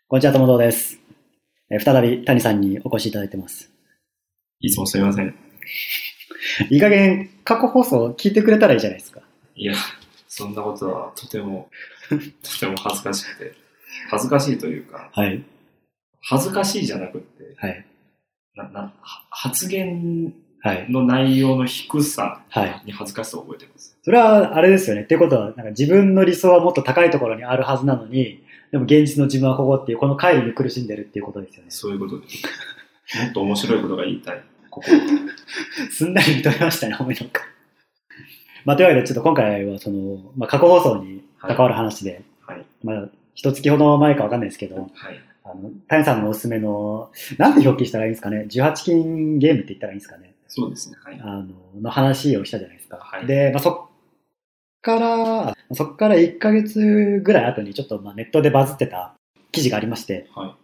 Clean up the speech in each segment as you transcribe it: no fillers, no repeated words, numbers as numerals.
こんにちは、友堂です。再び谷さんにお越しいただいてます。 いつもすみません。 いい加減過去放送聞いてくれたらいいじゃないですか。 いや、そんなことはとても恥ずかしくて。恥ずかしいというか、 はい。 恥ずかしいじゃなくって、 はい。 発言の内容の低さに恥ずかしさを覚えてます。 それはあれですよね。っていうことは、なんか自分の理想はもっと高いところにあるはずなのに、でも現実の自分はここっていう、この乖離に苦しんでるっていうことですよね。 そういうことです。もっと面白いことが言いたい。ここすんなり認めましたね、思いのほか。というわけで、ちょっと今回は過去放送に関わる話で、 はい。 一月ほど前かわかんないですけど、 はい。 谷さんのおすすめの、なんて表記したらいいんですかね、18禁ゲームって言ったらいいんですかね。 そうですね。はい。 の話をしたじゃないですか。 はい。 で、そっから1ヶ月ぐらい後にちょっとネットでバズってた記事がありまして、 はい。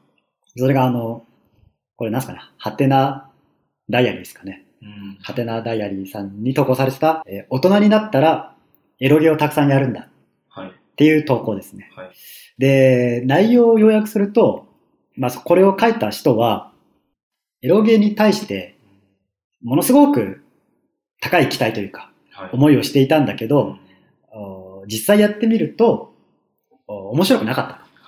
それがこれなんすかね、ハテナダイアリーですかね。ハテナダイアリーさんに投稿されてた、大人になったらエロゲをたくさんやるんだ。 はい。 っていう投稿ですね。 はい。 で、内容を要約すると、これを書いた人は、エロゲに対して、ものすごく高い期待というか、思いをしていたんだけど、実際やってみると、面白くなかった。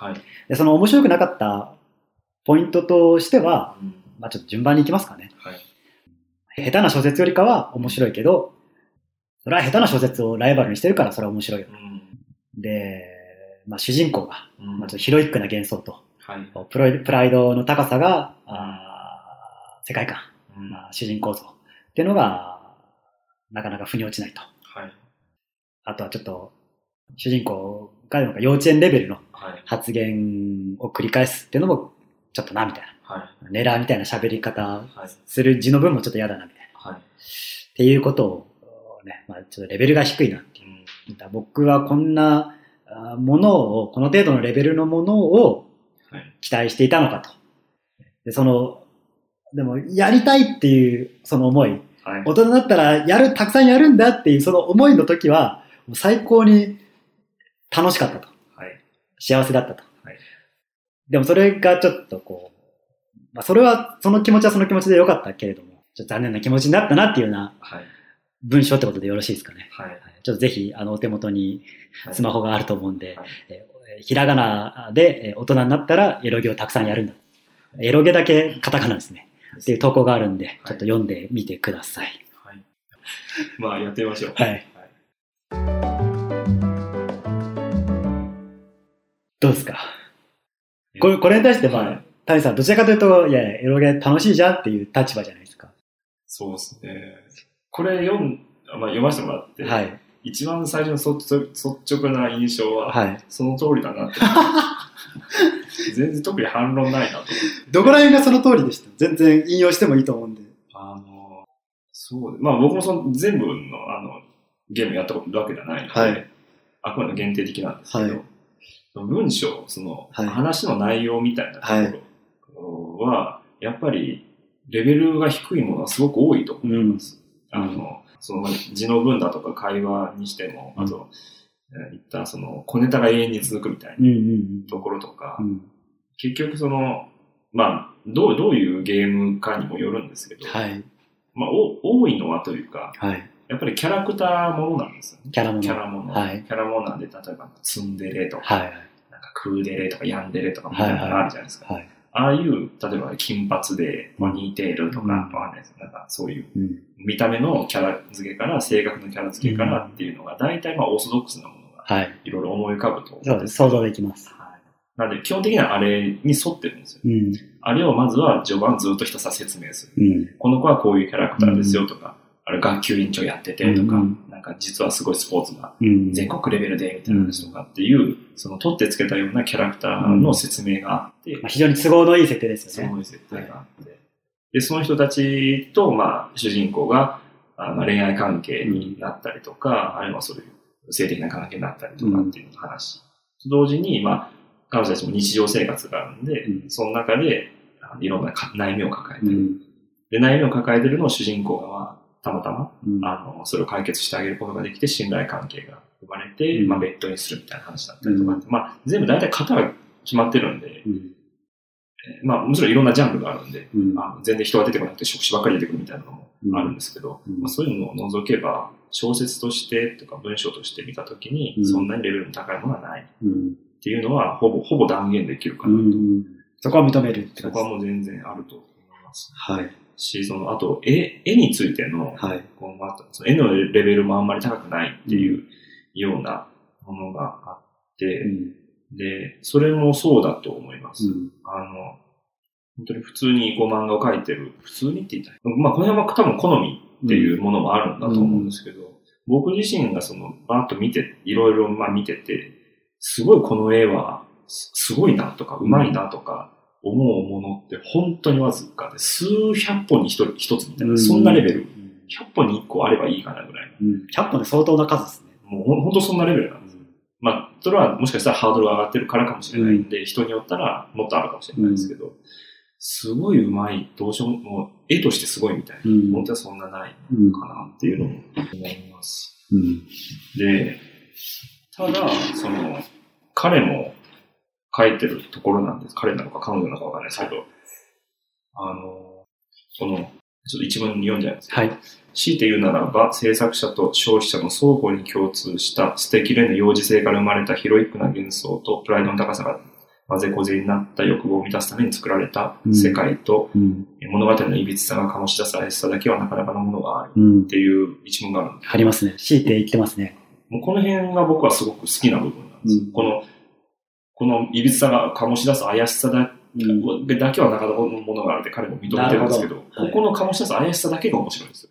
はい。で、その面白くなかったポイントとしては、ちょっと順番に行きますかね。はい。下手な小説よりかは面白いけど、それは下手な小説をライバルにしてるからそれは面白いよ。で、主人公が、ちょっとヒロイックな幻想と、はい、プライドの高さが、世界観、主人公像っていうのが、なかなか腑に落ちないと。はい、あとはちょっと、主人公が幼稚園レベルの発言を繰り返すっていうのも、ちょっとな、みたいな。はい、ネラーみたいな喋り方する字の文もちょっと嫌だな、みたいな。はい、っていうことをね、ちょっとレベルが低いなっていう。僕はこんなものを、この程度のレベルのものを期待していたのかと。で、でも、やりたいっていう、その思い。はい、大人だったらたくさんやるんだっていうその思いの時は、もう最高に楽しかったと。はい、幸せだったと。はい、でもそれがちょっとその気持ちはその気持ちで良かったけれども、ちょっと残念な気持ちになったなっていうような文章ってことでよろしいですかね。はい、ちょっとぜひお手元にスマホがあると思うんで、はい、ひらがなで大人になったらエロゲをたくさんやるんだ。エロゲだけカタカナですね。っていう投稿があるんで、ちょっと読んでみてください。 はい。やってみましょう。 はい。どうですか？これに対して谷さん、どちらかというと、いや、エロゲ楽しいじゃんっていう立場じゃないですか。 そうですね。これ読ませてもらって、はい、一番最初の率直な印象は、はい、その通りだなって。全然特に反論ないなと思って。 どこら辺がその通りでした？全然引用してもいいと思うんで。 そうで、僕も全部のゲームやったことあるわけじゃないので、はい、あくまで限定的なんですけど、はい、文章、話の内容みたいなところは、やっぱりレベルが低いものはすごく多いと思います。字の文だとか会話にしても、あと、いった小ネタが永遠に続くみたいなところとか、結局どういうゲームかにもよるんですけど、はい、多いのはというか、はい、やっぱりキャラクターものなんですよね。キャラもの。はい、キャラものなんで、例えばツンデレとか、はい、クーデレとかヤンデレとかみたいなのがあるじゃないですか。はいはい、ああいう、例えば金髪で、ニーテールとか、そういう見た目のキャラ付けから、性格のキャラ付けからっていうのが、大体オーソドックスなものが、いろいろ思い浮かぶと思うんです。 想像できます。 はい、なので、基本的にはあれに沿ってるんですよ。あれをまずは序盤ずっとひたすら説明する。この子はこういうキャラクターですよとか、あれ学級委員長やっててとか、実はすごいスポーツが全国レベルでみたいな話とかっていう、取ってつけたようなキャラクターの説明があって、 非常に都合のいい設定ですよね。 都合のいい設定があって。で、その人たちと、主人公が恋愛関係になったりとか、あるいはそういう性的な関係になったりとかっていう話。同時に、彼女たちも日常生活があるんで、その中でいろんな悩みを抱えてる。で、悩みを抱えてるのを主人公がたまたま、それを解決してあげることができて、信頼関係が生まれて、ベッドにするみたいな話だったりとかって、全部大体型が決まってるんで、 まあもちろんいろんなジャンルがあるんで、全然人が出てこなくて職種ばっかり出てくるみたいなのもあるんですけど、まあ、そういうのを除けば、小説としてとか文章として見たときに、そんなにレベルの高いものはないっていうのは、ほぼ断言できるかなと。 そこは認めるってそこはもう全然あると思います。 はい。 し、あと、絵についての、その絵のレベルもあんまり高くないっていうようなものがあって、で、それもそうだと思います。本当に普通に漫画を描いてる、普通にって言ったら、まあこの辺は多分好みっていうものもあるんだと思うんですけど、僕自身がバーッと見て、いろいろ見てて、すごいこの絵は、すごいなとか、うまいなとか、思うものって本当にわずかで、数百本に一つみたいな、そんなレベル。100本に1個あればいいかなぐらい。 100本で相当な数ですね。 もう本当そんなレベルなんです。まあ、それはもしかしたらハードルが上がってるからかもしれないんで、人によったらもっとあるかもしれないですけど、すごいうまい、どうしようも、絵としてすごいみたいな。本当はそんなないかなっていうのも思います。で、ただ、彼も書いてるところなんです。彼なのか彼女なのかわからないですけど、ちょっと一文読んじゃいますけど、はい、強いて言うならば、制作者と消費者の双方に共通した捨てきれぬ幼児性から生まれたヒロイックな幻想とプライドの高さが混ぜこぜになった欲望を満たすために作られた世界と、物語の歪さが醸し出す怪しさだけはなかなかのものがあるっていう一文があるんです。 ありますね。強いて言ってますね。 もうこの辺が僕はすごく好きな部分なんです。この歪さが醸し出す怪しさだけはなかなかのものがあるって彼も認めてるんですけど、ここの醸し出す怪しさだけが面白いんですよ。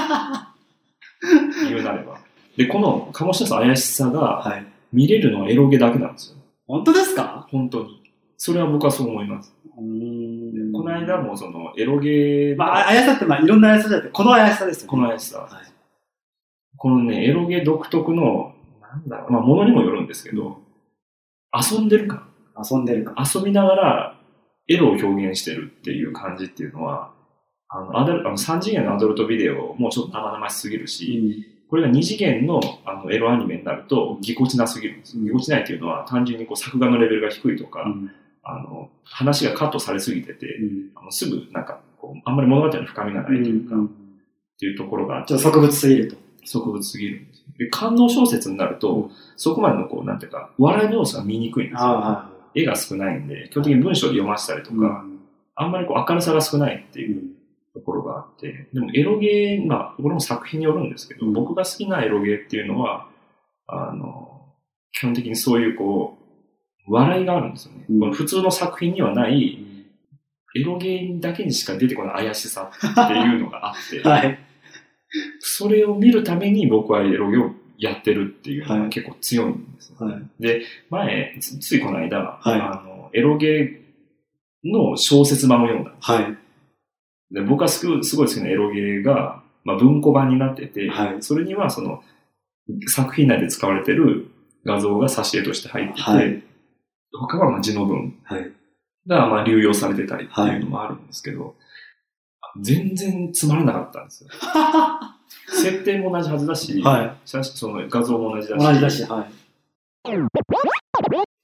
言うなれば。で、この醸し出す怪しさが見れるのはエロゲだけなんですよ。 本当ですか？ 本当に。それは僕はそう思います。この間もエロゲまあ、怪しさっていろんな怪しさじゃなくて、この怪しさですよね。 この怪しさ。このね、エロゲ独特の、ものにもよるんですけど、遊んでる感。遊びながら、エロを表現してるっていう感じっていうのは、3次元のアダルトビデオもちょっと生々しすぎるし、これが2次元のエロアニメになるとぎこちなすぎるんです。ぎこちないっていうのは単純に作画のレベルが低いとか、話がカットされすぎてて、すぐあんまり物語の深みがないというか、っていうところがあって。 ちょっと植物すぎると。 植物すぎるんです。で、感動小説になると、そこまでのなんていうか、笑いの要素が見にくいんですよ。絵が少ないんで、基本的に文章で読ませたりとか、あんまり明るさが少ないっていうところがあって、でもエロゲー、これも作品によるんですけど、僕が好きなエロゲーっていうのは、基本的にそういう笑いがあるんですよね。この普通の作品にはない、エロゲーだけにしか出てこない怪しさっていうのがあって、はい、それを見るために僕はエロゲーをやってるっていうのが結構強いんですよ、ね。はい、で、ついこの間、エロゲーの小説版を読んだんです。はい、で僕はすごい好きなエロゲーが、文庫版になってて、はい、それには作品内で使われてる画像が挿絵として入ってて、はい、他は字の文が流用されてたりっていうのもあるんですけど、全然つまらなかったんですよ。設定も同じはずだし、はい、画像も同じだし。 はい。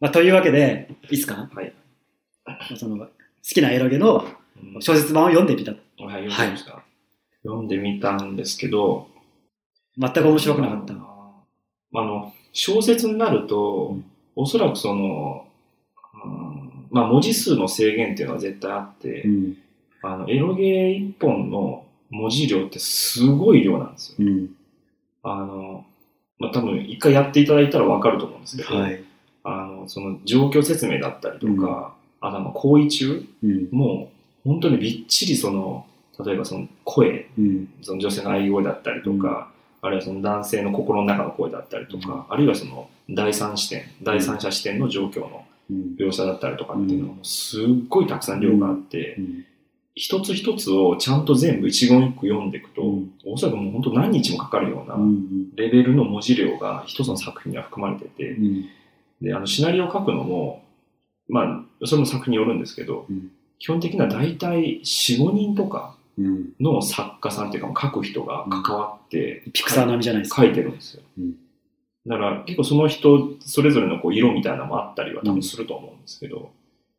というわけで、いいですか？はい。好きなエロゲの小説版を読んでみた。 はい、読んでみました。はい、読んでみたんですけど、 全く面白くなかった。 小説になると、おそらく文字数の制限っていうのは絶対あって、エロゲー一本の文字量ってすごい量なんですよ。多分一回やっていただいたらわかると思うんですけど、はい、状況説明だったりとか、行為中、もう本当にびっちり例えば声、女性の愛声だったりとか、あるいは男性の心の中の声だったりとか、あるいは第三者視点の状況の描写だったりとかっていうのもすっごいたくさん量があって、一つ一つをちゃんと全部一言一句読んでいくと、おそらくもう本当何日もかかるようなレベルの文字量が一つの作品には含まれてて、で、シナリオを書くのも、それも作品によるんですけど、基本的には大体4、5人とかの作家さんっていうか書く人が関わって、 ピクサー並みじゃないですか。 書いてるんですよ。だから結構その人それぞれの色みたいなのもあったりは多分すると思うんですけど、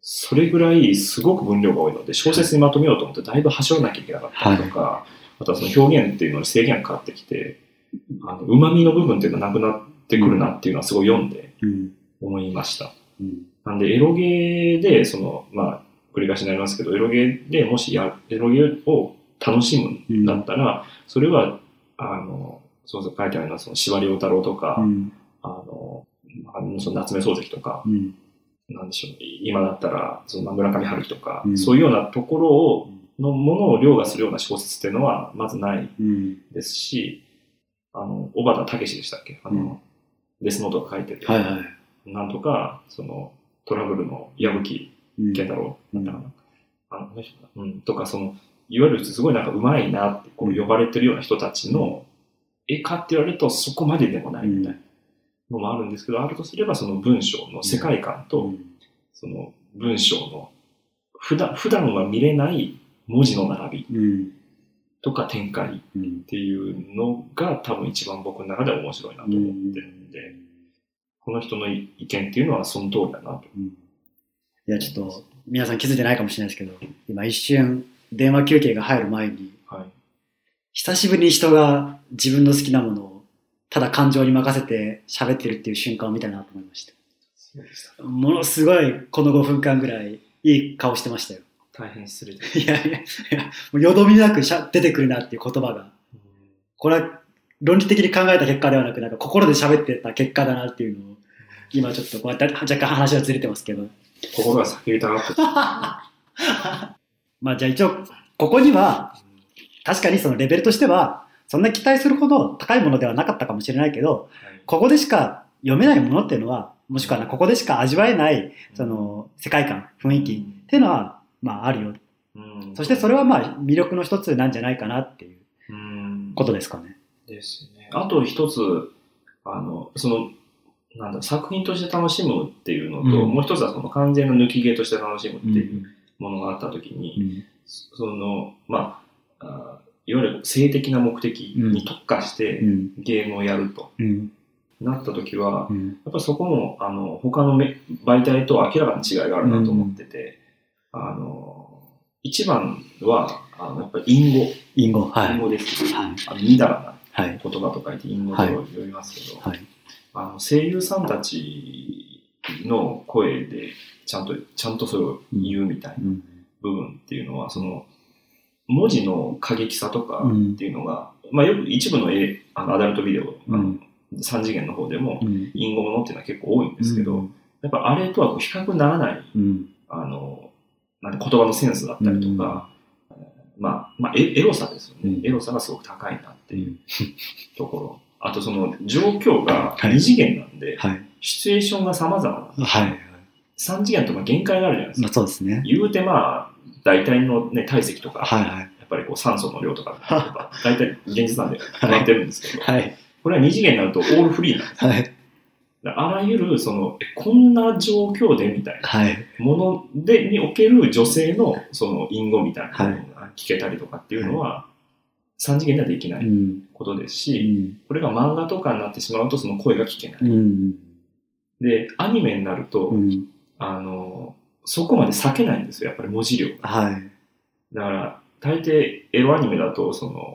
それぐらいすごく分量が多いので、小説にまとめようと思ってだいぶ端折らなきゃいけなかったりとか、あとはその表現っていうのに制限がかかってきて、旨味の部分っていうのがなくなってくるなっていうのはすごい読んで思いました。なんで、エロゲーで、繰り返しになりますけど、エロゲーでもしエロゲーを楽しむんだったら、それは、そうそう書いてあるのは、その司馬遼太郎とか、その夏目漱石とか、なんでしょう、今だったら、その村上春樹とか、そういうようなところのものを凌駕するような小説っていうのは、まずないですし、小畑武史でしたっけデスノートが書いてて、なんとか、その、トラブルの矢吹健太郎だったかな。とか、いわゆるすごいなんか上手いなってこう呼ばれてるような人たちの絵かって言われるとそこまででもないみたいなのもあるんですけど、あるとすればその文章の世界観と、その文章の普段は見れない文字の並びとか展開っていうのが多分一番僕の中では面白いなと思ってるんで、この人の意見っていうのはその通りだなと。 いや、ちょっと皆さん気づいてないかもしれないですけど、今一瞬電話休憩が入る前に、久しぶりに人が自分の好きなものをただ感情に任せて喋ってるっていう瞬間を見たなと思いました。そうでした。ものすごいこの5分間ぐらいいい顔してましたよ。 大変失礼です。 いや、もうよどみなく出てくるなっていう言葉が。これは論理的に考えた結果ではなく、なんか心で喋ってた結果だなっていうのを、今ちょっとこうやって若干話はずれてますけど。 心が叫びたがってまあじゃあ一応、ここには、確かにそのレベルとしては、そんな期待するほど高いものではなかったかもしれないけど、ここでしか読めないものっていうのは、もしくはここでしか味わえない、その世界観、雰囲気っていうのは、まああるよ。そしてそれはまあ魅力の一つなんじゃないかなっていうことですかね。 ですね。あと一つ、作品として楽しむっていうのと、もう一つはその完全の抜き芸として楽しむっていうものがあったときに、いわゆる性的な目的に特化してゲームをやるとなったときは、やっぱりそこも他の媒体と明らかに違いがあるなと思ってて、一番はやっぱり隠語です。みだらな言葉と書いて隠語と呼びますけど、声優さんたちの声でちゃんとそれを言うみたいな部分っていうのは、その文字の過激さとかっていうのが、よく一部のアダルトビデオ、3次元の方でも隠語ものっていうのは結構多いんですけど、やっぱあれとは比較にならない、言葉のセンスだったりとか、エロさですよね。エロさがすごく高いなっていうところ。あとその状況が2次元なんで、シチュエーションが様々な。3次元とか限界があるじゃないですか。 そうですね。 言うて大体のね、体積とか、やっぱりこう酸素の量とか、大体現実なんで決まってるんですけど、これは2次元になるとオールフリーなんです。あらゆる、こんな状況でみたいなもので、における女性の隠語みたいなものが聞けたりとかっていうのは、3次元ではできないことですし、これが漫画とかになってしまうとその声が聞けない。で、アニメになると、そこまで避けないんですよ、やっぱり文字量が。だから、大抵エロアニメだと、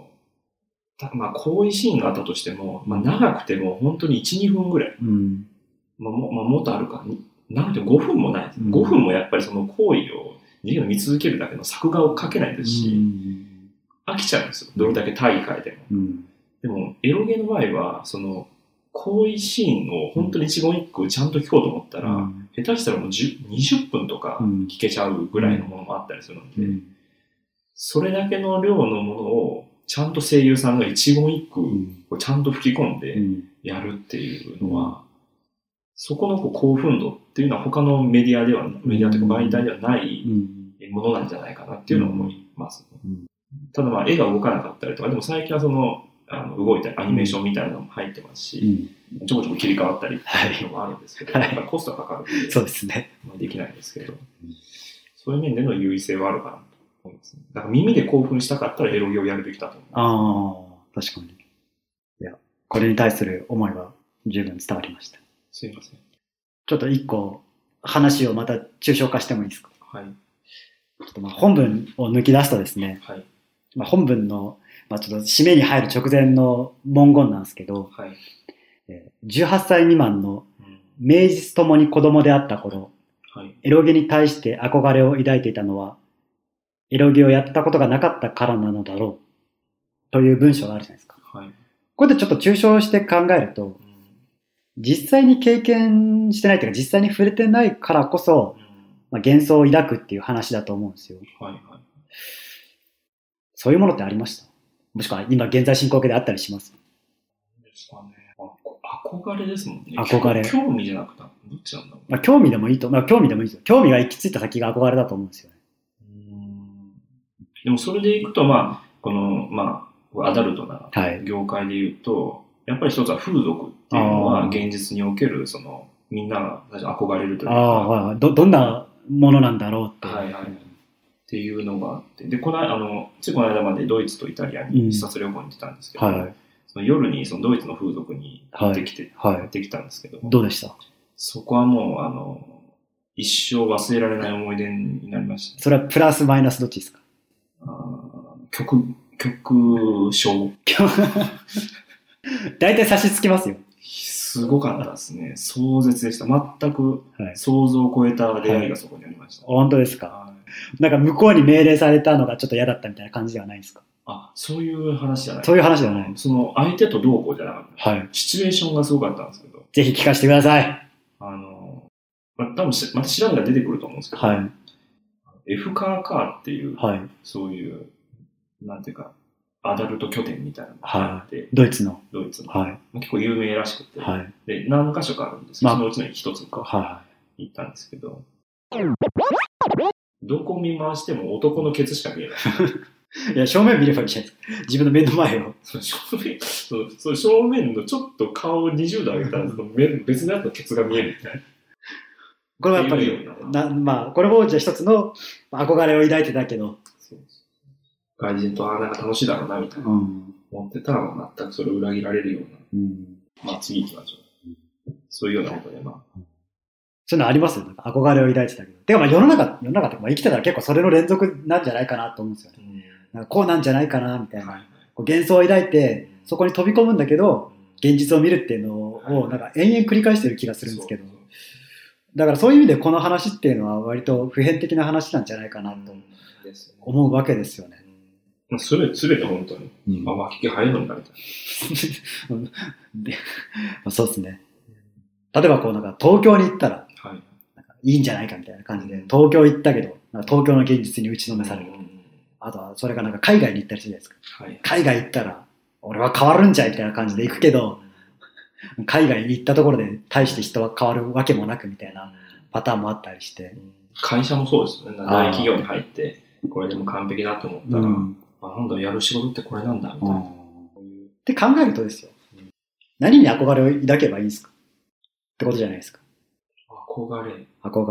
行為シーンがあったとしても、長くても本当に1、2分ぐらい。もっとあるか。長くて5分もないです。5分もやっぱりその行為を見続けるだけの作画をかけないですし、飽きちゃうんですよ。どれだけ大会でも。でも、エロゲの場合は、行為シーンを本当に一言一句ちゃんと聞こうと思ったら、下手したらもう20分とか聞けちゃうぐらいのものもあったりするので、それだけの量のものをちゃんと声優さんが一言一句をちゃんと吹き込んでやるっていうのは、そこの興奮度っていうのは他のメディアというか媒体ではないものなんじゃないかなっていうのを思いますね。ただ絵が動かなかったりとか、でも最近は動いたりアニメーションみたいなのも入ってますし、ちょこちょこ切り替わったりっていうのもあるんですけど、やっぱりコストがかかるので、 そうですね。 できないんですけど、そういう面での優位性はあるかなと思いますね。だから耳で興奮したかったらエロゲをやるべきだと思う。確かに。いや、これに対する思いは十分伝わりました。 すいません。 ちょっと一個話をまた抽象化してもいいですか？ はい。 ちょっと本文を抜き出すとですね、はい、本文の、ちょっと締めに入る直前の文言なんですけど、はい、18歳未満の名実ともに子供であった頃、はい、エロゲに対して憧れを抱いていたのは、エロゲをやったことがなかったからなのだろうという文章があるじゃないですか。はい、これでちょっと抽象して考えると、実際に経験してないというか、実際に触れてないからこそ、幻想を抱くっていう話だと思うんですよ。はいはい、そういうものってありました？もしくは今現在進行形であったりします？ ですかね。憧れですもんね。 憧れ。 興味じゃなくて、どっちなんだろう。 興味でもいいと、興味でもいいですよ。興味が行き着いた先が憧れだと思うんですよね。 でもそれでいくと、この、アダルトな業界で言うと、やっぱり一つは風俗っていうのは現実における、みんなが憧れるというか。 どんなものなんだろうって。 はいはい。っていうのがあって。で、ついこの間までドイツとイタリアに視察旅行に行ってたんですけど、その夜にドイツの風俗に行ってきたんですけど、 どうでした？そこはもう、一生忘れられない思い出になりました。 それはプラスマイナスどっちですか？ 曲賞。 大体差し付きますよ。 すごかったですね。壮絶でした。全く想像を超えた出会いがそこにありました。 本当ですか？なんか向こうに命令されたのがちょっと嫌だったみたいな感じではないですか？ そういう話じゃない。 そういう話じゃない。 相手とどうこうじゃなかった。はい。シチュエーションがすごかったんですけど。 ぜひ聞かせてください。 多分また調べが出てくると思うんですけど、はい。Fカーカーっていう、はい、そういう、なんていうか、アダルト拠点みたいなのがあって、はい、 ドイツの。 はい。結構有名らしくて、はい。で、何箇所かあるんですけど、そのうちの一つか、はい。行ったんですけど、どこ見回しても男のケツしか見えない。 いや、正面見ればいいじゃないですか。自分の目の前を。 正面のちょっと顔を20度上げたら、別のやつのケツが見えるみたいな。 これはやっぱり、これもじゃあ一つの憧れを抱いてたけど。 外人となんか楽しいだろうなみたいな、思ってたら全くそれを裏切られるような。次行きましょう。そういうようなことでそういうのありますよ。憧れを抱いてたけど。てか世の中って生きてたら結構それの連続なんじゃないかなと思うんですよね。なんかこうなんじゃないかなみたいな。幻想を抱いてそこに飛び込むんだけど、現実を見るっていうのをなんか延々繰り返してる気がするんですけど。だからそういう意味でこの話っていうのは割と普遍的な話なんじゃないかなと思うわけですよね。 すべて本当に。脇毛生えるのになりたい。 そうですね。例えばなんか東京に行ったら、なんかいいんじゃないかみたいな感じで、東京行ったけど、東京の現実に打ちのめされる。あとはそれがなんか海外に行ったりするじゃないですか。海外行ったら、俺は変わるんじゃいみたいな感じで行くけど、海外に行ったところで大して人は変わるわけもなくみたいなパターンもあったりして。 会社もそうですよね。大企業に入って、これでも完璧だと思ったら、なんだやる仕事ってこれなんだみたいな。 って考えるとですよ。何に憧れを抱けばいいんですかってことじゃないですか。 憧れ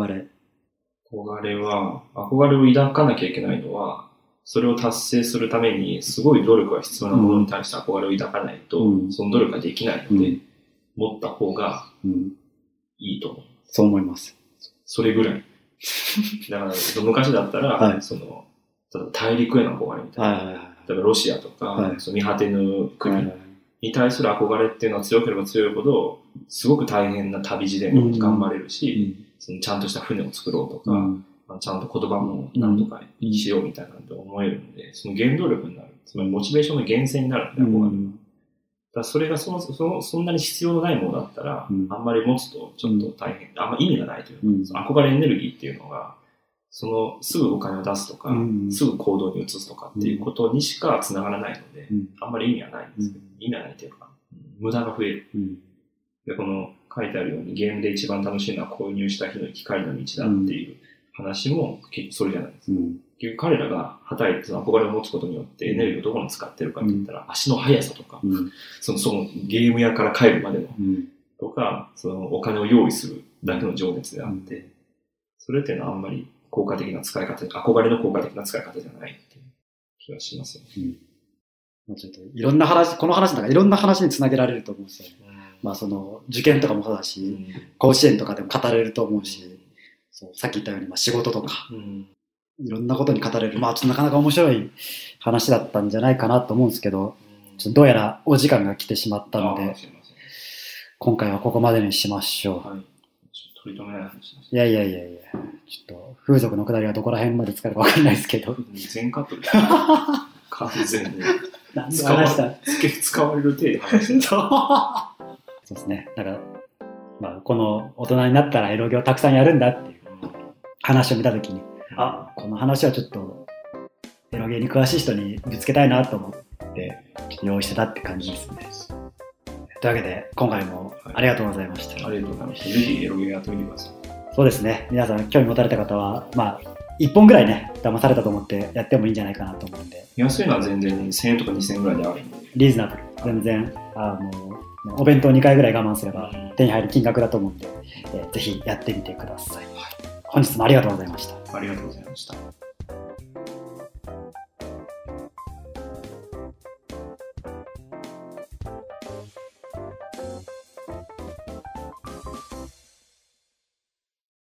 は、憧れを抱かなきゃいけないのは、それを達成するためにすごい努力が必要なものに対して憧れを抱かないと、その努力ができないので、持った方がいいと思います。 そう思います。 それぐらい。だから昔だったら、大陸への憧れみたいな。例えばロシアとか、見果てぬ国に対する憧れっていうのは強ければ強いほど、すごく大変な旅路でも頑張れるし、ちゃんとした船を作ろうとか、ちゃんと言葉もなんとかしようみたいなんて思えるんで、その原動力になる。つまりモチベーションの源泉になるんで、憧れ。だそれがそんなに必要のないものだったら、あんまり持つとちょっと大変、あんま意味がないというか、憧れエネルギーっていうのが、すぐお金を出すとか、すぐ行動に移すとかっていうことにしか繋がらないので、あんまり意味はないんですけど、意味はないというか、無駄が増える。で、この書いてあるようにゲームで一番楽しいのは購入した日の生き返りの道だっていう話も結局それじゃないですか。結局彼らが働いて憧れを持つことによってエネルギーをどこに使ってるかって言ったら、足の速さとか、そのゲーム屋から帰るまでの、とか、お金を用意するだけの情熱であって、それっていうのはあんまり効果的な使い方、憧れの効果的な使い方じゃないっていう気がしますよね。 ちょっといろんな話、この話なんかいろんな話につなげられると思うんですよね。受験とかもそうだし、甲子園とかでも語れると思うし、 そうさっき言ったように、仕事とか、いろんなことに語れる、ちょっとなかなか面白い話だったんじゃないかなと思うんですけど、ちょっとどうやらお時間が来てしまったので、今回はここまでにしましょう。はい。 取り留めない話です。 いや、ちょっと風俗のくだりはどこら辺まで使うか分かんないですけど。 全カットです。完全に。 何で話した使われる程度話してそうですね。だから、この大人になったらエロゲをたくさんやるんだっていう話を見たときに、この話はちょっとエロゲに詳しい人にぶつけたいなと思ってちょっと用意してたって感じですね。というわけで今回もありがとうございました。 ありがとうございました。ぜひエロゲやってみてください。 そうですね。皆さん興味持たれた方は1本ぐらいね騙されたと思ってやってもいいんじゃないかなと思うんで。 安いのは全然1000円とか2000円ぐらいであるんで。 リーズナブル。全然お弁当2回ぐらい我慢すれば手に入る金額だと思うんで、ぜひやってみてください。本日もありがとうございました。 ありがとうございました。